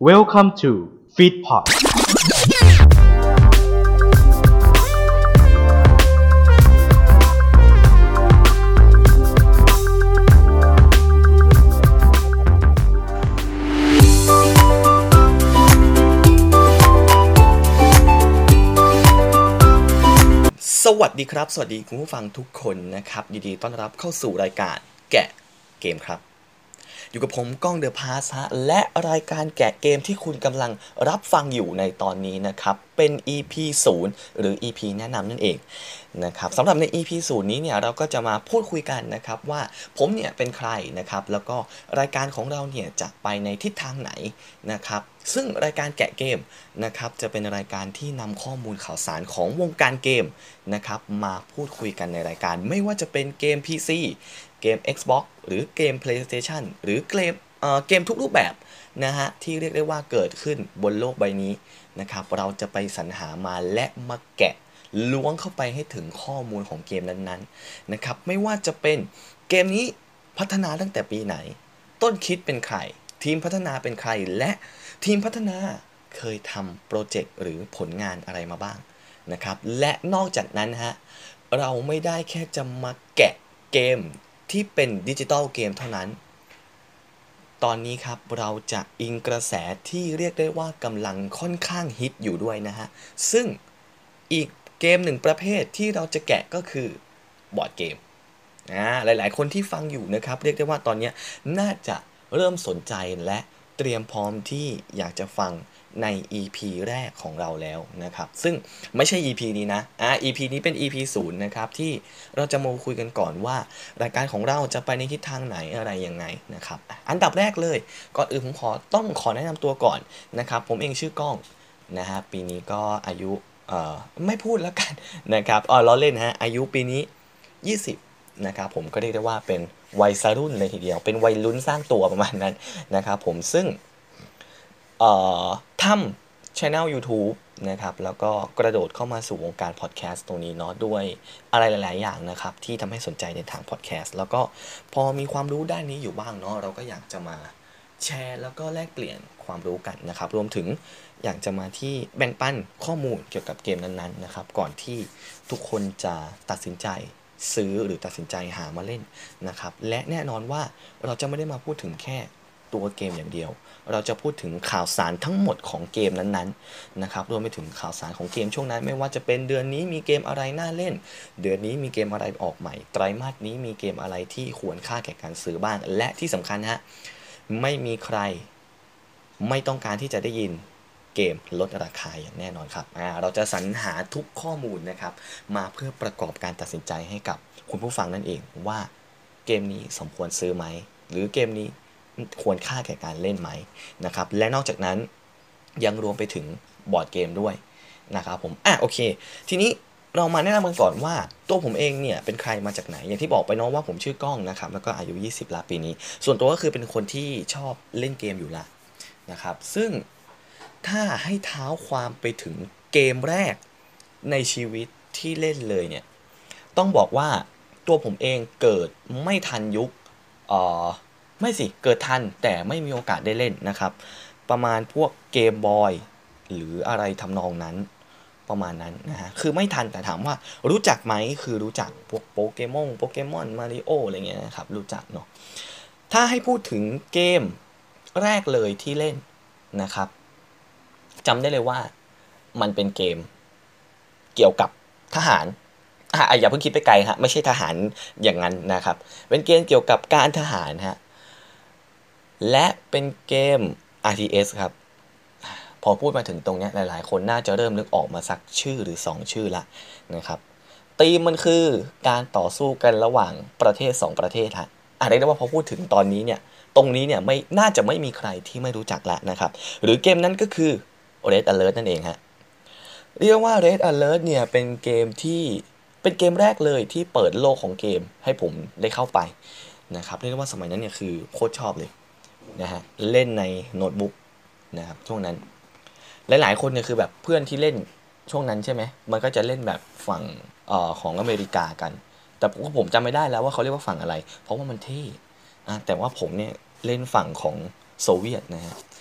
Welcome to Feedpot สวัสดีครับสวัสดีคุณผู้ฟังทุกคนนะครับยินดีต้อนรับเข้าสู่รายการแกะเกมครับอยู่กับผมก้องเดอะพาสและรายการแกะเกมที่คุณกำลังรับฟังอยู่ในตอนนี้นะครับเป็น EP 0หรือ EP แนะนำนั่นเองนะครับสำหรับใน EP 0นี้เนี่ยเราก็จะมาพูดคุยกันนะครับว่าผมเนี่ยเป็นใครนะครับแล้วก็รายการของเราเนี่ยจะไปในทิศทางไหนนะครับซึ่งรายการแกะเกมนะครับจะเป็นรายการที่นำข้อมูลข่าวสารของวงการเกมนะครับมาพูดคุยกันในรายการไม่ว่าจะเป็นเกม PC เกม Xbox หรือเกม PlayStation หรือเกมทุกรูปแบบนะฮะที่เรียกได้ว่าเกิดขึ้นบนโลกใบนี้นะครับเราจะไปสรรหามาและมาแกะล้วงเข้าไปให้ถึงข้อมูลของเกมนั้นๆนะครับไม่ว่าจะเป็นเกมนี้พัฒนาตั้งแต่ปีไหนต้นคิดเป็นใครทีมพัฒนาเป็นใครและทีมพัฒนาเคยทำโปรเจกต์หรือผลงานอะไรมาบ้างนะครับและนอกจากนั้นฮะเราไม่ได้แค่จะมาแกะเกมที่เป็นดิจิตอลเกมเท่านั้นตอนนี้ครับเราจะอิงกระแสที่เรียกได้ว่ากำลังค่อนข้างฮิตอยู่ด้วยนะฮะซึ่งอีกเกมหนึ่งประเภทที่เราจะแกะก็คือบอร์ดเกมหลายๆคนที่ฟังอยู่นะครับเรียกได้ว่าตอนนี้น่าจะเริ่มสนใจและเตรียมพร้อมที่อยากจะฟังใน EP แรกของเราแล้วนะครับซึ่งไม่ใช่ EP นี้นะEP นี้เป็น EP 0นะครับที่เราจะมาคุยกันก่อนว่ารายการของเราจะไปในทิศทางไหนอะไรยังไงนะครับอันดับแรกเลยก่อนอื่นผมต้องขอแนะนำตัวก่อนนะครับผมเองชื่อก้องนะฮะปีนี้ก็อายุไม่พูดแล้วกันนะครับล้อเล่นฮะอายุปีนี้20นะครับผมก็เรียกได้ว่าเป็นวัยรุ่นเลยทีเดียวเป็นวัยรุ่นสร้างตัวประมาณนั้นนะครับผมซึ่งทำ channel YouTube นะครับแล้วก็กระโดดเข้ามาสู่วงการพอดแคสต์ตรงนี้เนาะด้วยอะไรหลายๆอย่างนะครับที่ทำให้สนใจในทางพอดแคสต์แล้วก็พอมีความรู้ด้านนี้อยู่บ้างเนาะเราก็อยากจะมาแชร์แล้วก็แลกเปลี่ยนความรู้กันนะครับรวมถึงอยากจะมาที่แบ่งปันข้อมูลเกี่ยวกับเกมนั้นๆนะครับก่อนที่ทุกคนจะตัดสินใจซื้อหรือตัดสินใจหามาเล่นนะครับและแน่นอนว่าเราจะไม่ได้มาพูดถึงแค่ตัวเกมอย่างเดียวเราจะพูดถึงข่าวสารทั้งหมดของเกมนั้นๆนะครับรวมไปถึงข่าวสารของเกมช่วงนั้นไม่ว่าจะเป็นเดือนนี้มีเกมอะไรน่าเล่นเดือนนี้มีเกมอะไรออกใหม่ไตรมาสนี้มีเกมอะไรที่ควรค่าแก่การซื้อบ้างและที่สำคัญฮะไม่มีใครไม่ต้องการที่จะได้ยินเกมลดราคาอย่างแน่นอนครับเราจะสรรหาทุกข้อมูลนะครับมาเพื่อประกอบการตัดสินใจให้กับคุณผู้ฟังนั่นเองว่าเกมนี้สมควรซื้อไหมหรือเกมนี้ควรค่าแก่การเล่นไหมนะครับและนอกจากนั้นยังรวมไปถึงบอร์ดเกมด้วยนะครับผมโอเคทีนี้เรามาแนะนำกันก่อนว่าตัวผมเองเนี่ยเป็นใครมาจากไหนอย่างที่บอกไปเนาะว่าผมชื่อก้องนะครับแล้วก็อายุ20ละปีนี้ส่วนตัวก็คือเป็นคนที่ชอบเล่นเกมอยู่ละนะครับซึ่งถ้าให้เท้าความไปถึงเกมแรกในชีวิตที่เล่นเลยเนี่ยต้องบอกว่าตัวผมเองเกิดไม่ทันยุคไม่สิเกิดทันแต่ไม่มีโอกาสได้เล่นนะครับประมาณพวกเกมบอยหรืออะไรทำนองนั้นประมาณนั้นนะฮะคือไม่ทันแต่ถามว่ารู้จักไหมคือรู้จักพวกโปเกมอนมาริโออะไรเงี้ยนะครับรู้จักเนาะถ้าให้พูดถึงเกมแรกเลยที่เล่นนะครับจำได้เลยว่ามันเป็นเกมเกี่ยวกับทหารอย่าเพิ่งคิดไปไกลฮะไม่ใช่ทหารอย่างนั้นนะครับเป็นเกมเกี่ยวกับการทหารฮะและเป็นเกม RTS ครับพอพูดมาถึงตรงนี้หลายๆคนน่าจะเริ่มนึกออกมาสักชื่อหรือ2ชื่อละนะครับธีมมันคือการต่อสู้กันระหว่างประเทศ2ประเทศฮะเรียกได้ว่าพอพูดถึงตอนนี้เนี่ยตรงนี้เนี่ยไม่น่าจะไม่มีใครที่ไม่รู้จักแล้วนะครับหรือเกมนั้นก็คือ Red Alert นั่นเองฮะเรียกว่า Red Alert เนี่ยเป็นเกมแรกเลยที่เปิดโลกของเกมให้ผมได้เข้าไปนะครับเรียกว่าสมัยนั้นเนี่ยคือโคตรชอบเลยนะฮะเล่นในโน้ตบุ๊กนะครับช่วงนั้นหลายๆคนเนี่ยคือแบบเพื่อนที่เล่นช่วงนั้นใช่ไหมมันก็จะเล่นแบบฝั่งของอเมริกากันแต่ผมจำไม่ได้แล้วว่าเขาเรียกว่าฝั่งอะไรเพราะว่ามันเท่แต่ว่าผมเนี่ยเล่นฝั่งของโซเวียตนะฮะ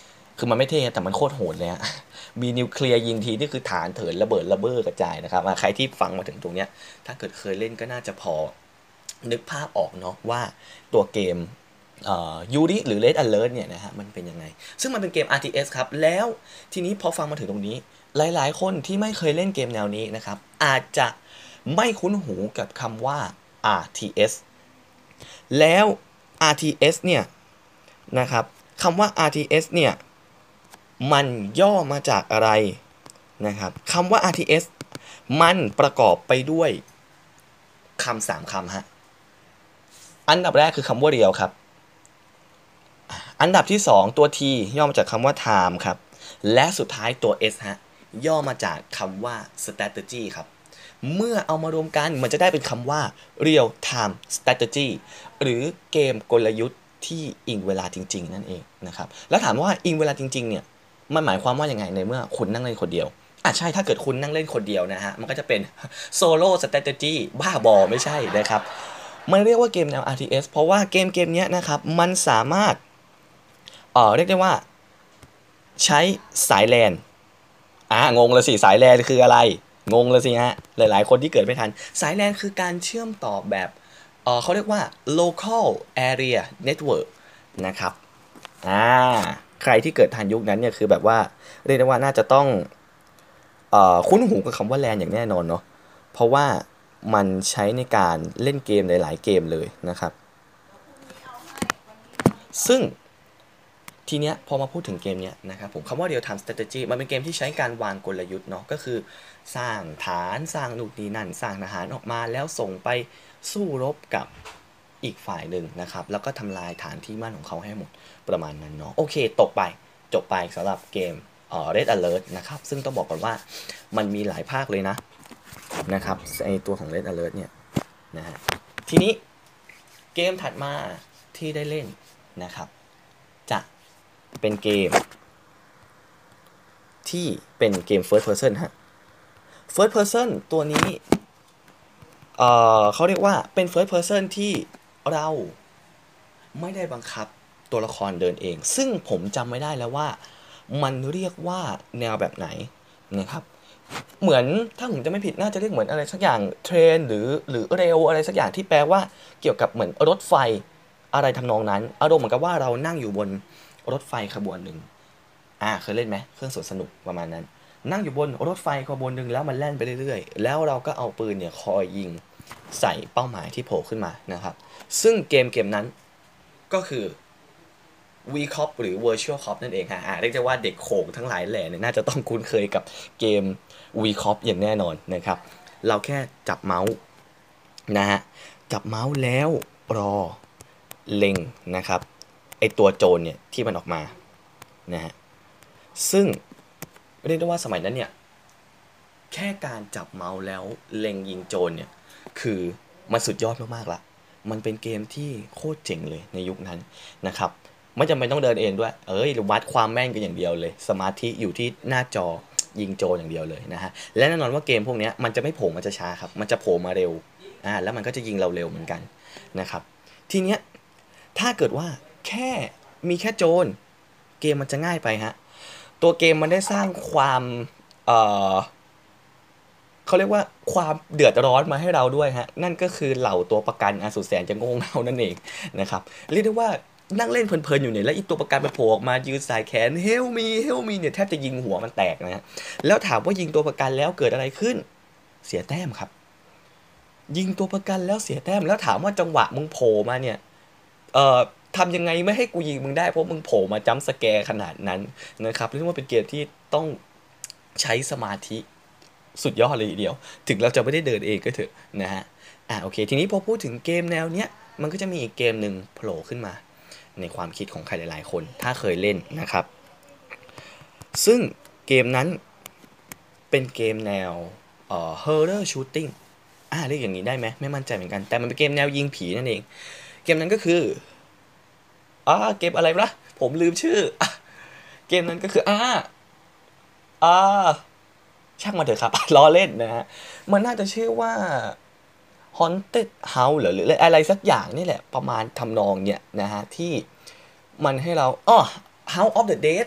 คือมันไม่เท่แต่มันโคตรโหดเลยฮะมีนิวเคลียร์ยิงทีนี่คือฐานเถินระเบิดระเบ้อกระจายนะครับใครที่ฟังมาถึงตรงเนี้ยถ้าเกิดเคยเล่นก็น่าจะพอนึกภาพออกเนาะว่าตัวเกมยูริหรือ Red Alert เนี่ยนะฮะมันเป็นยังไงซึ่งมันเป็นเกม RTS ครับแล้วทีนี้พอฟังมาถึงตรงนี้หลายๆคนที่ไม่เคยเล่นเกมแนวนี้นะครับอาจจะไม่คุ้นหูกับคำว่า RTS แล้ว RTS เนี่ยนะครับคำว่า RTS เนี่ยมันย่อมาจากอะไรนะครับคำว่า RTS มันประกอบไปด้วยคำ3คำฮะอันดับแรกคือคำว่าเรียวครับอันดับที่2ตัว T ย่อมาจากคำว่า time ครับและสุดท้ายตัว S ฮะย่อมาจากคำว่า strategy ครับเมื่อเอามารวมกันมันจะได้เป็นคำว่า real time strategy หรือเกมกลยุทธ์ที่อิงเวลาจริงๆนั่นเองนะครับแล้วถามว่าอิงเวลาจริงๆเนี่ยมันหมายความว่ายังไงในเมื่อคุณนั่งเล่นคนเดียวใช่ถ้าเกิดคุณนั่งเล่นคนเดียวนะฮะมันก็จะเป็น solo strategy บ้าบอไม่ใช่นะครับมันเรียกว่าเกมแนว RTS เพราะว่าเกมนี้นะครับมันสามารถเรียกได้ว่าใช้สายแลนงงเลยสิสายแลนคืออะไรงงเลยสิฮะหลายๆคนที่เกิดไม่ทันสายแลนคือการเชื่อมต่อแบบเขาเรียกว่า local area network นะครับใครที่เกิดทันยุคนั้นเนี่ยคือแบบว่าเรียกได้ว่าน่าจะต้องคุ้นหูกับคำว่าแลนอย่างแน่นอนเนาะเพราะว่ามันใช้ในการเล่นเกมหลายๆเกมเลยนะครับซึ่งทีเนี้ยพอมาพูดถึงเกมเนี้ยนะครับผมคำว่า real time strategy มันเป็นเกมที่ใช้การวางกลยุทธ์เนาะก็คือสร้างฐานสร้างนู่นนี่นั่นสร้างทหารออกมาแล้วส่งไปสู้รบกับอีกฝ่ายหนึ่งนะครับแล้วก็ทำลายฐานที่มั่นของเขาให้หมดประมาณนั้นเนาะโอเคจบไปสำหรับเกมRed Alert นะครับซึ่งต้องบอกก่อนว่ามันมีหลายภาคเลยนะครับไอตัวของ Red Alert เนี่ยนะฮะทีนี้เกมถัดมาที่ได้เล่นนะครับจะเป็นเกมที่เป็นเกม first person ฮะ first person ตัวนี้เขาเรียกว่าเป็น first person ที่เราไม่ได้บังคับตัวละครเดินเองซึ่งผมจำไม่ได้แล้วว่ามันเรียกว่าแนวแบบไหนนะครับเหมือนถ้าผมจะไม่ผิดน่าจะเรียกเหมือนอะไรสักอย่างเทรนหรือเร็วอะไรสักอย่างที่แปลว่าเกี่ยวกับเหมือนรถไฟอะไรทำนองนั้นอารมณ์เหมือนกับว่าเรานั่งอยู่บนรถไฟขบวนหนึ่งเคยเล่นไหมเครื่องสวนสนุกประมาณนั้นนั่งอยู่บนรถไฟขบวนหนึ่งแล้วมันแล่นไปเรื่อยๆแล้วเราก็เอาปืนเนี่ยคอยยิงใส่เป้าหมายที่โผล่ขึ้นมานะครับซึ่งเกมนั้นก็คือ V-Cop หรือ Virtual Cop นั่นเองฮะเรียกได้ว่าเด็กโขงทั้งหลายแหล่เนี่ยน่าจะต้องคุ้นเคยกับเกม V-Cop อย่างแน่นอนนะครับเราแค่จับเมาส์นะฮะจับเมาส์แล้วรอเล็งนะครับไอตัวโจรเนี่ยที่มันออกมานะฮะซึ่งเรียกได้ว่าสมัยนั้นเนี่ยแค่การจับเมาส์แล้วเล็งยิงโจรเนี่ยคือมันสุดยอดมากๆละมันเป็นเกมที่โคตรเจ๋งเลยในยุคนั้นนะครับไม่จำเป็นต้องเดินเองด้วยวัดความแม่นกันอย่างเดียวเลยสมาธิอยู่ที่หน้าจอยิงโจรอย่างเดียวเลยนะฮะและแน่นอนว่าเกมพวกนี้มันจะไม่โผล่มันจะช้าครับมันจะโผล่มาเร็วแล้วมันก็จะยิงเราเร็วเหมือนกันนะครับทีเนี้ยถ้าเกิดว่ามีแค่โจรเกมมันจะง่ายไปฮะตัวเกมมันได้สร้างความเขาเรียกว่าความเดือดร้อนมาให้เราด้วยฮะนั่นก็คือเหล่าตัวประกันสุดแสนจะโง่เง่านั่นเองนะครับเรียกได้ว่านั่งเล่นเพลินๆอยู่เนี่ยแล้วอีตัวประกันไปโผล่ออกมายืนสายแขนเฮลมีเนี่ยแทบจะยิงหัวมันแตกนะฮะแล้วถามว่ายิงตัวประกันแล้วเกิดอะไรขึ้นเสียแต้มครับยิงตัวประกันแล้วเสียแต้มแล้วถามว่าจังหวะมึงโผล่มาเนี่ยทำยังไงไม่ให้กูยิงมึงได้เพราะมึงโผล่มาจัมป์สแกร์ขนาดนั้นนะครับเรียกว่าเป็นเกมที่ต้องใช้สมาธิสุดยอดเลยทีเดียวถึงเราจะไม่ได้เดินเองก็เถอะนะฮะโอเคทีนี้พอพูดถึงเกมแนวเนี้ยมันก็จะมีอีกเกมหนึ่งโผล่ขึ้นมาในความคิดของใครหลายๆคนถ้าเคยเล่นนะครับซึ่งเกมนั้นเป็นเกมแนวhorror shooting เรียกอย่างนี้ได้ไหมไม่มั่นใจเหมือนกันแต่มันเป็นเกมแนวยิงผีนั่นเองเกมนั้นก็คือเกมอะไรนะผมลืมชื่อเกมนั้นก็คือช่างมาเถอะครับล้อเล่นนะฮะมันน่าจะชื่อว่า Haunted House หรืออะไรสักอย่างนี่แหละประมาณทำนองเนี่ยนะฮะที่มันให้เราHouse of the Dead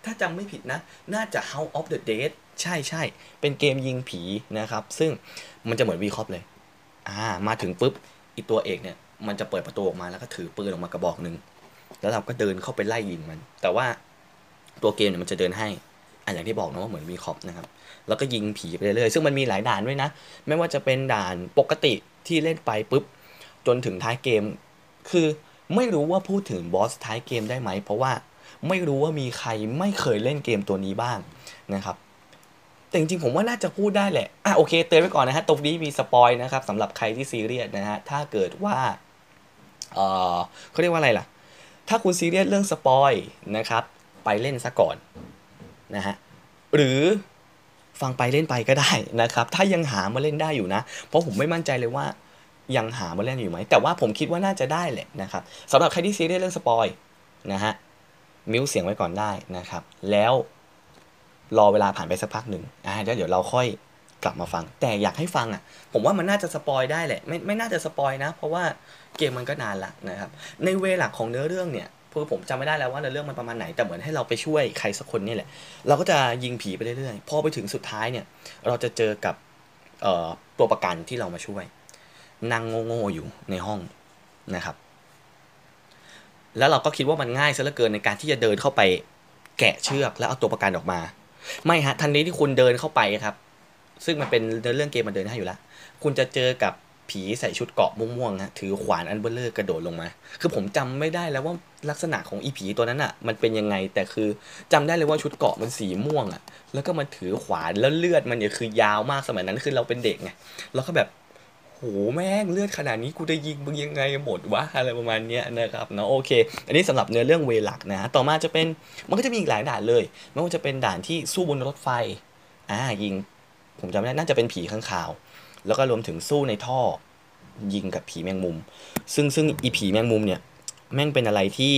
ถ้าจำไม่ผิดนะน่าจะ House of the Dead ใช่เป็นเกมยิงผีนะครับซึ่งมันจะเหมือน VCOP เลยมาถึงปุ๊บอีตัวเอกเนี่ยมันจะเปิดประตูออกมาแล้วก็ถือปืนออกมากระบอกนึงแล้วเราก็เดินเข้าไปไล่ยิงมันแต่ว่าตัวเกมเนี่ยมันจะเดินให้อย่างที่บอกนะว่าเหมือน VCOP นะครับแล้วก็ยิงผีไปเรื่อยๆซึ่งมันมีหลายด่านด้วยนะไม่ว่าจะเป็นด่านปกติที่เล่นไปปุ๊บจนถึงท้ายเกมคือไม่รู้ว่าพูดถึงบอสท้ายเกมได้ไหมเพราะว่าไม่รู้ว่ามีใครไม่เคยเล่นเกมตัวนี้บ้างนะครับแต่จริงๆผมว่าน่าจะพูดได้แหละโอเคเตือนไว้ก่อนนะฮะตรงนี้มีสปอยนะครับสำหรับใครที่ซีเรียสนะฮะถ้าเกิดว่าเขาเรียกว่าอะไรล่ะถ้าคุณซีเรียสเรื่องสปอยนะครับไปเล่นซะก่อนนะฮะหรือฟังไปเล่นไปก็ได้นะครับถ้ายังหามาเล่นได้อยู่นะเพราะผมไม่มั่นใจเลยว่ายังหามาเล่นอยู่ไหมแต่ว่าผมคิดว่าน่าจะได้แหละนะครับสำหรับใครที่ซีเรียสเรื่องสปอยนะฮะมิวเสียงไว้ก่อนได้นะครับแล้วรอเวลาผ่านไปสักพักหนึ่งแล้วเดี๋ยวเราค่อยกลับมาฟังแต่อยากให้ฟังผมว่ามันน่าจะสปอยได้แหละไม่น่าจะสปอยนะเพราะว่าเกมมันก็นานละนะครับในเวหลักของเนื้อเรื่องเนี่ยคือผมจำไม่ได้แล้วว่าเนื้อเรื่องมันประมาณไหนแต่เหมือนให้เราไปช่วยใครสักคนนี่แหละเราก็จะยิงผีไปเรื่อยๆพอไปถึงสุดท้ายเนี่ยเราจะเจอกับตัวประกันที่เรามาช่วยนั่งโง่ๆอยู่ในห้องนะครับแล้วเราก็คิดว่ามันง่ายซะเหลือเกินในการที่จะเดินเข้าไปแกะเชือกแล้วเอาตัวประกันออกมาไม่ฮะทันทีที่คุณเดินเข้าไปครับซึ่งมันเป็นเรื่องเกมมันเดินให้อยู่แล้วคุณจะเจอกับผีใส่ชุดเกราะม่วงๆฮะถือขวานอันเบลเลอร์กระโดดลงมาคือผมจำไม่ได้แล้วว่าลักษณะของอีผีตัวนั้นมันเป็นยังไงแต่คือจำได้เลยว่าชุดเกราะมันสีม่วงแล้วก็มันถือขวานแล้วเลือดมันเนี่ยคือยาวมากสมัยนั้นคือเราเป็นเด็กไงแล้วก็แบบโหแม่งเลือดขนาดนี้กูจะยิงมึงยังไงหมดวะอะไรประมาณนี้นะครับเนาะโอเคอันนี้สำหรับเนื้อเรื่องเวหลักนะต่อมาจะเป็นมันก็จะมีอีกหลายด่านเลยไม่ว่าจะเป็นด่านที่สู้บนรถไฟยิงผมจำไม่ได้น่าจะเป็นผีข้างคาวแล้วก็รวมถึงสู้ในท่อยิงกับผีแมงมุมซึ่งอีผีแมงมุมเนี่ยแม่งเป็นอะไร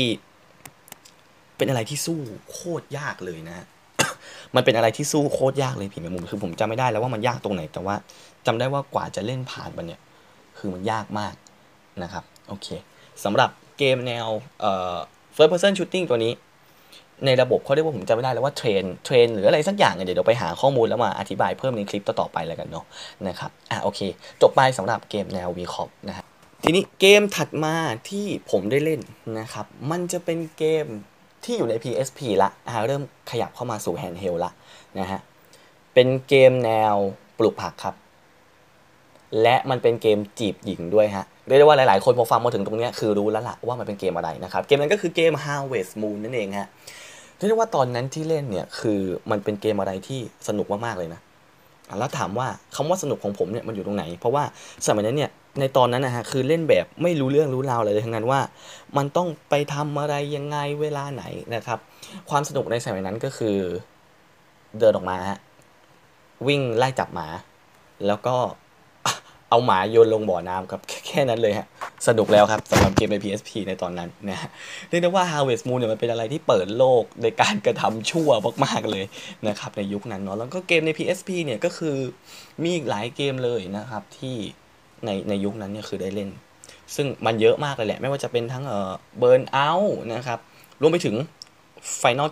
ที่สู้โคตรยากเลยนะ มันเป็นอะไรที่สู้โคตรยากเลยผีแมงมุมคือผมจำไม่ได้แล้วว่ามันยากตรงไหนแต่ว่าจำได้ว่ากว่าจะเล่นผ่านมันเนี่ยคือมันยากมากนะครับโอเคสำหรับเกมแนวfirst person shooting ตัวนี้ในระบบเขาเรียกว่าผมจำไม่ได้แล้วว่าเทรนหรืออะไรสักอย่างเดี๋ยวไปหาข้อมูลแล้วมาอธิบายเพิ่มในคลิปต่อไปแล้วกันเนาะนะครับโอเคจบไปสำหรับเกมแนว VCOP นะฮะทีนี้เกมถัดมาที่ผมได้เล่นนะครับมันจะเป็นเกมที่อยู่ใน PSP ละเริ่มขยับเข้ามาสู่ handheld ละนะฮะเป็นเกมแนวปลูกผักครับและมันเป็นเกมจีบหญิงด้วยฮะเรียกได้ว่าหลายๆคนพอฟังมาถึงตรงนี้คือรู้แล้วล่ะว่ามันเป็นเกมอะไรนะครับเกมนั้นก็คือเกม Harvest Moon นั่นเองฮะเรียกได้ว่าตอนนั้นที่เล่นเนี่ยคือมันเป็นเกมอะไรที่สนุกมากๆเลยนะแล้วถามว่าคำว่าสนุกของผมเนี่ยมันอยู่ตรงไหนเพราะว่าสมัยนั้นเนี่ยในตอนนั้นนะฮะคือเล่นแบบไม่รู้เรื่องรู้ราวอะไรเลยทั้งนั้นว่ามันต้องไปทำอะไรยังไงเวลาไหนนะครับความสนุกในสมัยนั้นก็คือเดินออกมาฮะวิ่งไล่จับหมาแล้วก็เอาหมาโยนลงบ่อน้ำครับแค่นั้นเลยฮะสนุกแล้วครับสำหรับเกมใน PSP ในตอนนั้นนะฮะเรียกได้ว่า Harvest Moon เนี่ยมันเป็นอะไรที่เปิดโลกในการกระทำชั่วมากๆเลยนะครับในยุคนั้นเนาะแล้วก็เกมใน PSP เนี่ยก็คือมีอีกหลายเกมเลยนะครับที่ในยุคนั้นเนี่ยคือได้เล่นซึ่งมันเยอะมากเลยแหละไม่ว่าจะเป็นทั้งBurnout นะครับรวมไปถึง Final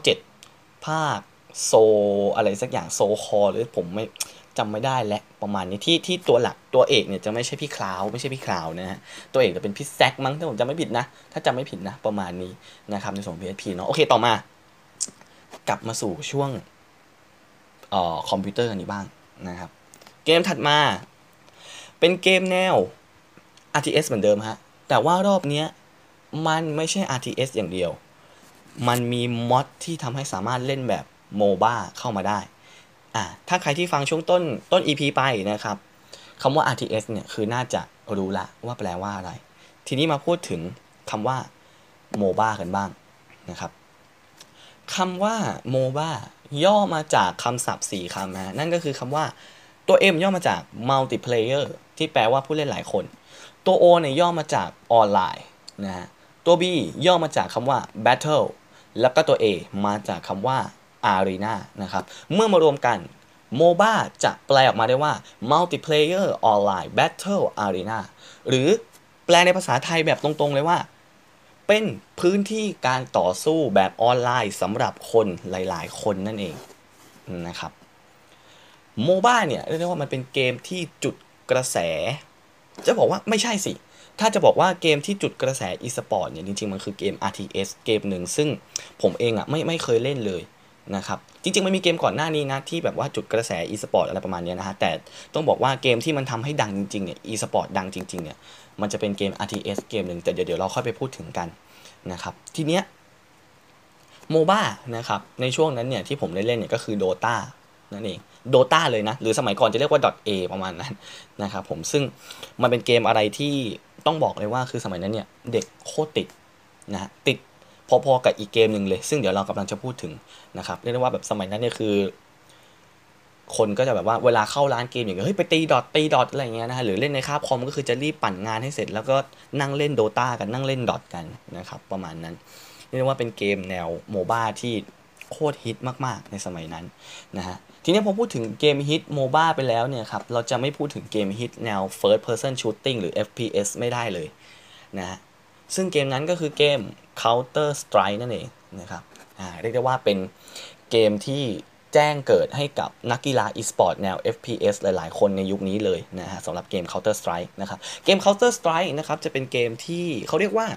7 ภาคโซอะไรสักอย่างโซคอหรือผมไม่จำไม่ได้และประมาณนี้ที่ตัวหลักตัวเอกเนี่ยจะไม่ใช่พี่คลาวนะฮะตัวเอกจะเป็นพี่แซกมั้งถ้าผมจำไม่ผิดนะถ้าจำไม่ผิดนะประมาณนี้นะครับในส่วน PSP เนาะโอเคต่อมากลับมาสู่ช่วงคอมพิวเตอร์กันนี้บ้างนะครับเกมถัดมาเป็นเกมแนว RTS เหมือนเดิมฮะแต่ว่ารอบนี้มันไม่ใช่ RTS อย่างเดียวมันมีมอดที่ทำให้สามารถเล่นแบบโมบ้าเข้ามาได้ถ้าใครที่ฟังช่วงต้น EP ไปนะครับคำว่า RTS เนี่ยคือน่าจะรู้ละว่าแปลว่าอะไรทีนี้มาพูดถึงคำว่า MOBA กันบ้างนะครับคำว่า MOBA ย่อมาจากคำศัพท์4คำนะนั่นก็คือคำว่าตัว M ย่อมาจาก multiplayer ที่แปลว่าผู้เล่นหลายคนตัว O เนี่ยย่อมาจากออนไลน์นะฮะตัว B ย่อมาจากคำว่า battle แล้วก็ตัว A มาจากคำว่า arena นะครับเมื่อมารวมกัน MOBA จะแปลออกมาได้ว่า multiplayer online battle arena หรือแปลในภาษาไทยแบบตรงๆเลยว่าเป็นพื้นที่การต่อสู้แบบออนไลน์สำหรับคนหลายๆคนนั่นเองนะครับโมบ้าเนี่ยเรียกได้ว่ามันเป็นเกมที่จุดกระแสจะบอกว่าไม่ใช่สิถ้าจะบอกว่าเกมที่จุดกระแส e-sport เนี่ยจริงๆมันคือเกม RTS เกมหนึ่งซึ่งผมเองอ่ะไม่เคยเล่นเลยนะครับจริงๆมันมีเกมก่อนหน้านี้นะที่แบบว่าจุดกระแส e-sport อะไรประมาณนี้นะฮะแต่ต้องบอกว่าเกมที่มันทำให้ดังจริงๆเนี่ย e-sport ดังจริงๆเนี่ยมันจะเป็นเกม RTS เกมหนึ่งแต่เดี๋ยวเราค่อยไปพูดถึงกันนะครับทีเนี้ยโมบ้านะครับในช่วงนั้นเนี่ยที่ผมได้เล่นเนี่ยก็คือ Dota นั่นเอง Dota เลยนะหรือสมัยก่อนจะเรียกว่า .a ประมาณนั้นนะครับผมซึ่งมันเป็นเกมอะไรที่ต้องบอกเลยว่าคือสมัยนั้นเนี่ยเด็กโคตรติดนะติดพอๆกับอีกเกมหนึ่งเลยซึ่งเดี๋ยวเรากำลังจะพูดถึงนะครับเรียกได้ว่าแบบสมัยนั้นเนี่ยคือคนก็จะแบบว่าเวลาเข้าร้านเกมอย่างเงี้ยเฮ้ยไปตีดอทอะไรเงี้ยนะฮะหรือเล่นในคาบคอมก็คือจะรีบปั่นงานให้เสร็จแล้วก็นั่งเล่น Dota กันนั่งเล่นดอทกันนะครับประมาณนั้นเรียกว่าเป็นเกมแนวโมบ้าที่โคตรฮิตมากๆในสมัยนั้นนะฮะทีนี้พอพูดถึงเกมฮิตโมบ้าไปแล้วเนี่ยครับเราจะไม่พูดถึงเกมฮิตแนว First Person Shooting หรือ FPS ไม่ได้เลยนะฮะซึ่งเกมนั้นก็คือเกม Counter Strike นั่นเองนะครับเรียกได้ว่าเป็นเกมที่แจ้งเกิดให้กับนักกีฬา e-sport แนว FPS หลายๆคนในยุคนี้เลยนะฮะสำหรับเกม Counter Strike นะครับเกม Counter Strike นะครับจะเป็นเกมที่เขาเรียกว่า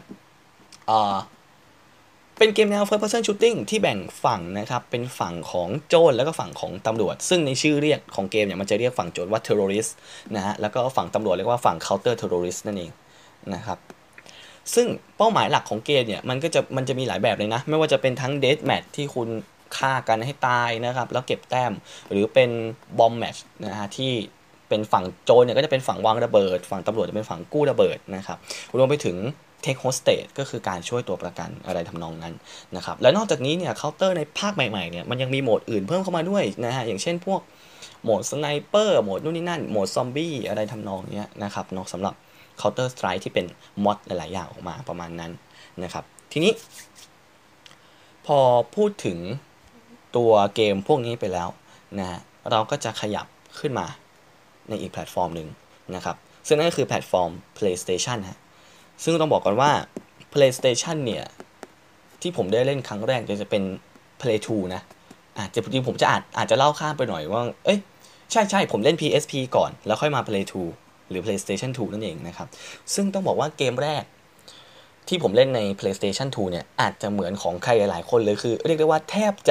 เป็นเกมแนว First Person Shooting ที่แบ่งฝั่งนะครับเป็นฝั่งของโจรแล้วก็ฝั่งของตำรวจซึ่งในชื่อเรียกของเกมเนี่ยมันจะเรียกฝั่งโจรว่า terrorist นะฮะแล้วก็ฝั่งตำรวจเรียกว่าฝั่ง counter terrorist นั่นเองนะครับซึ่งเป้าหมายหลักของเกมเนี่ยมันจะมีหลายแบบเลยนะไม่ว่าจะเป็นทั้ง death match ที่คุณฆ่ากันให้ตายนะครับแล้วเก็บแต้มหรือเป็น bomb match นะฮะที่เป็นฝั่งโจรเนี่ยก็จะเป็นฝั่งวางระเบิดฝั่งตำรวจจะเป็นฝั่งกู้ระเบิดนะครับรวมไปถึงTake Hostage ก็คือการช่วยตัวประกันอะไรทำนองนั้นนะครับและนอกจากนี้เนี่ยเคาน์เตอร์ในภาคใหม่ๆเนี่ยมันยังมีโหมดอื่นเพิ่มเข้ามาด้วยนะฮะอย่างเช่นพวกโหมดสไนเปอร์โหมดนู่นนี่นั่นโหมดซอมบี้อะไรทำนองนี้นะครับเนาะสำหรับ Counter Strike ที่เป็นมอดหลายๆอย่างออกมาประมาณนั้นนะครับทีนี้พอพูดถึงตัวเกมพวกนี้ไปแล้วนะฮะเราก็จะขยับขึ้นมาในอีกแพลตฟอร์มหนึ่งนะครับซึ่งนั่นก็คือแพลตฟอร์ม PlayStation ฮะซึ่งต้องบอกก่อนว่า PlayStation เนี่ยที่ผมได้เล่นครั้งแรกจะเป็น Play 2 นะจริงๆผมจะอาจจะเล่าข้ามไปหน่อยว่าเอ้ยใช่ผมเล่น PSP ก่อนแล้วค่อยมา Play 2 หรือ PlayStation 2 นั่นเองนะครับซึ่งต้องบอกว่าเกมแรกที่ผมเล่นใน PlayStation 2 เนี่ยอาจจะเหมือนของใครหลายๆคนเลยคือเรียกได้ว่าแทบจะ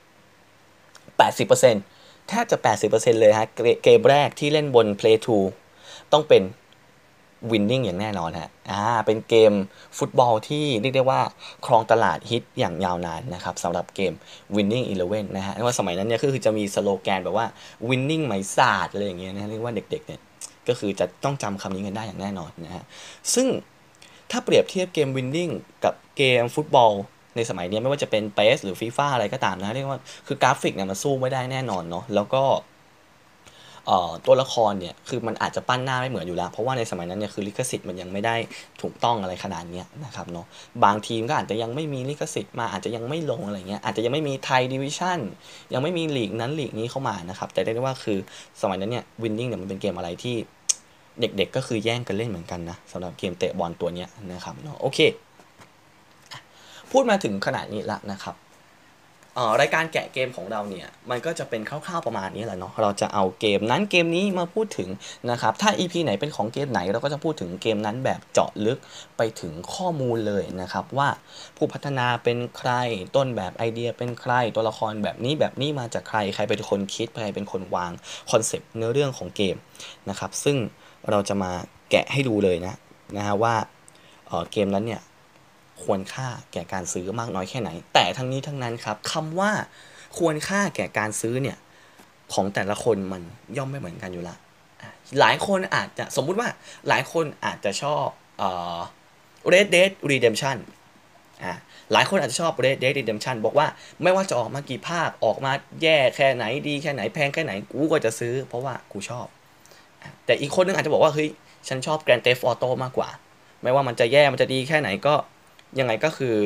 80% แทบจะ 80% เลยฮะเกมแรกที่เล่นบน Play 2 ต้องเป็น winning อย่างแน่นอนฮะเป็นเกมฟุตบอลที่เรียกได้ว่าครองตลาดฮิตอย่างยาวนานนะครับสำหรับเกม winning 11นะฮะว่าสมัยนั้นเนี่ยก็คือจะมีสโลแกนแบบว่า winning ไหมศาสตร์อะไรอย่างเงี้ยนะเรียกว่าเด็กๆเนี่ยก็คือจะต้องจำคำนี้กันได้อย่างแน่นอนนะฮะซึ่งถ้าเปรียบเทียบเกม winning กับเกมฟุตบอลในสมัยนี้ไม่ว่าจะเป็น PES หรือ FIFA อะไรก็ตามนะเรียกว่าคือกราฟิกเนี่ยมันสู้ไม่ได้แน่นอนเนาะแล้วก็ตัวละครเนี่ยคือมันอาจจะปั้นหน้าไม่เหมือนอยู่แล้วเพราะว่าในสมัยนั้นเนี่ยคือลิขสิทธิ์มันยังไม่ได้ถูกต้องอะไรขนาดนี้นะครับเนาะบางทีมก็อาจจะยังไม่มีลิขสิทธิ์มาอาจจะยังไม่ลงอะไรเงี้ยอาจจะยังไม่มีไทยดิวิชั่นยังไม่มีลีกนั้นลีกนี้เข้ามานะครับแต่ได้ได้ว่าคือสมัยนั้นเนี่ยวินนิ่งเนี่ยมันเป็นเกมอะไรที่เด็กๆก็คือแย่งกันเล่นเหมือนกันนะสำหรับเกมเตะบอลตัวเนี้ยนะครับเนาะโอเคพูดมาถึงขนาดนี้ละนะครับรายการแกะเกมของเราเนี่ยมันก็จะเป็นคร่าวๆประมาณนี้แหละเนาะเราจะเอาเกมนั้นเกมนี้มาพูดถึงนะครับถ้า EP ไหนเป็นของเกมไหนเราก็จะพูดถึงเกมนั้นแบบเจาะลึกไปถึงข้อมูลเลยนะครับว่าผู้พัฒนาเป็นใครต้นแบบไอเดียเป็นใครตัวละครแบบนี้มาจากใครเป็นคนคิดใครเป็นคนวางคอนเซปต์เนื้อเรื่องของเกมนะครับซึ่งเราจะมาแกะให้ดูเลยนะฮะว่าเกมนั้นเนี่ยควรค่าแก่การซื้อมากน้อยแค่ไหนแต่ทั้งนี้ทั้งนั้นครับคำว่าควรค่าแก่การซื้อเนี่ยของแต่ละคนมันย่อมไม่เหมือนกันอยู่ละหลายคนอาจจะสมมุติว่าหลายคนอาจจะชอบRed Dead Redemption หลายคนอาจจะชอบ Red Dead Redemption บอกว่าไม่ว่าจะออกมากี่ภาคออกมาแย่แค่ไหนดีแค่ไหนแพงแค่ไหนกูก็จะซื้อเพราะว่ากูชอบแต่อีกคนนึงอาจจะบอกว่าเฮ้ยฉันชอบ Grand Theft Auto มากกว่าไม่ว่ามันจะแย่มันจะดีแค่ไหนก็ยังไงก็คือ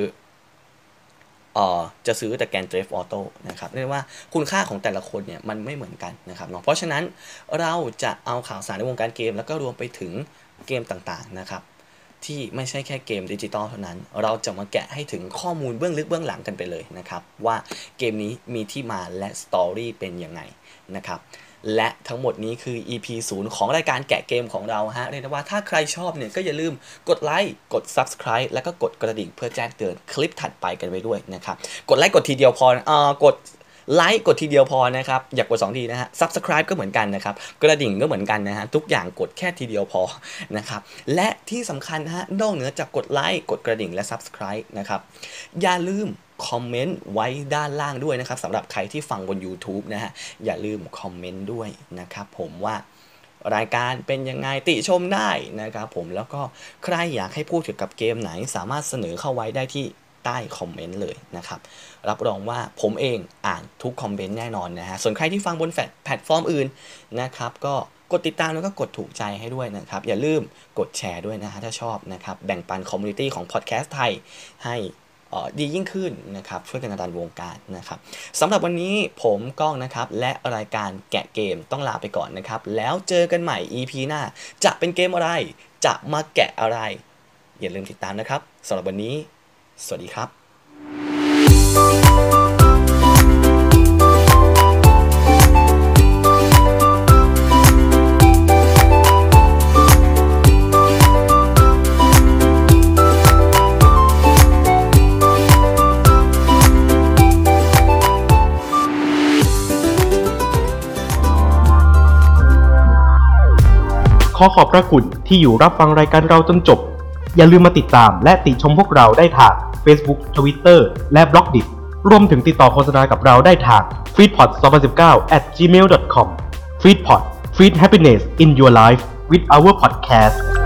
จะซื้อแต่ Grand Theft Auto นะครับเรียกว่าคุณค่าของแต่ละคนเนี่ยมันไม่เหมือนกันนะครับเนาะเพราะฉะนั้นเราจะเอาข่าวสารในวงการเกมแล้วก็รวมไปถึงเกมต่างๆนะครับที่ไม่ใช่แค่เกมดิจิตอลเท่านั้นเราจะมาแกะให้ถึงข้อมูลเบื้องลึกเบื้องหลังกันไปเลยนะครับว่าเกมนี้มีที่มาและสตอรี่เป็นยังไงนะครับและทั้งหมดนี้คือ EP 0 ของรายการแกะเกมของเราฮะเรียกได้ว่าถ้าใครชอบเนี่ยก็อย่าลืมกดไลค์กด Subscribe แล้วก็กดกระดิ่งเพื่อแจ้งเตือนคลิปถัดไปกันไว้ด้วยนะครับกดไลค์กดทีเดียวพอกดไลค์กดทีเดียวพอนะครับอย่ากด2ทีนะฮะ Subscribe ก็เหมือนกันนะครับกระดิ่งก็เหมือนกันนะฮะทุกอย่างกดแค่ทีเดียวพอนะครับและที่สำคัญนะฮะนอกเหนือจากกดไลค์กดกระดิ่งและ Subscribe นะครับอย่าลืมคอมเมนต์ไว้ด้านล่างด้วยนะครับสำหรับใครที่ฟังบน YouTube นะฮะอย่าลืมคอมเมนต์ด้วยนะครับผมว่ารายการเป็นยังไงติชมได้นะครับผมแล้วก็ใครอยากให้พูดเกี่ยวกับเกมไหนสามารถเสนอเข้าไว้ได้ที่ใต้คอมเมนต์เลยนะครับรับรองว่าผมเองอ่านทุกคอมเมนต์แน่นอนนะฮะส่วนใครที่ฟังบนแพลตฟอร์มอื่นนะครับก็กดติดตามแล้วก็กดถูกใจให้ด้วยนะครับอย่าลืมกดแชร์ด้วยนะฮะถ้าชอบนะครับแบ่งปันคอมมูนิตี้ของพอดแคสต์ไทยให้ดียิ่งขึ้นนะครับช่วยกันดันวงการนะครับสำหรับวันนี้ผมก้องนะครับและรายการแกะเกมต้องลาไปก่อนนะครับแล้วเจอกันใหม่ EP หน้าจะเป็นเกมอะไรจะมาแกะอะไรอย่าลืมติดตามนะครับสำหรับวันนี้สวัสดีครับขอขอบพระคุณที่อยู่รับฟังรายการเราจนจบอย่าลืมมาติดตามและติชมพวกเราได้ทาง Facebook Twitter และ Blogdit รวมถึงติดต่อโฆษณากับเราได้ทาง feedpot2019@gmail.com Feedpot Feed Happiness in Your Life with our podcast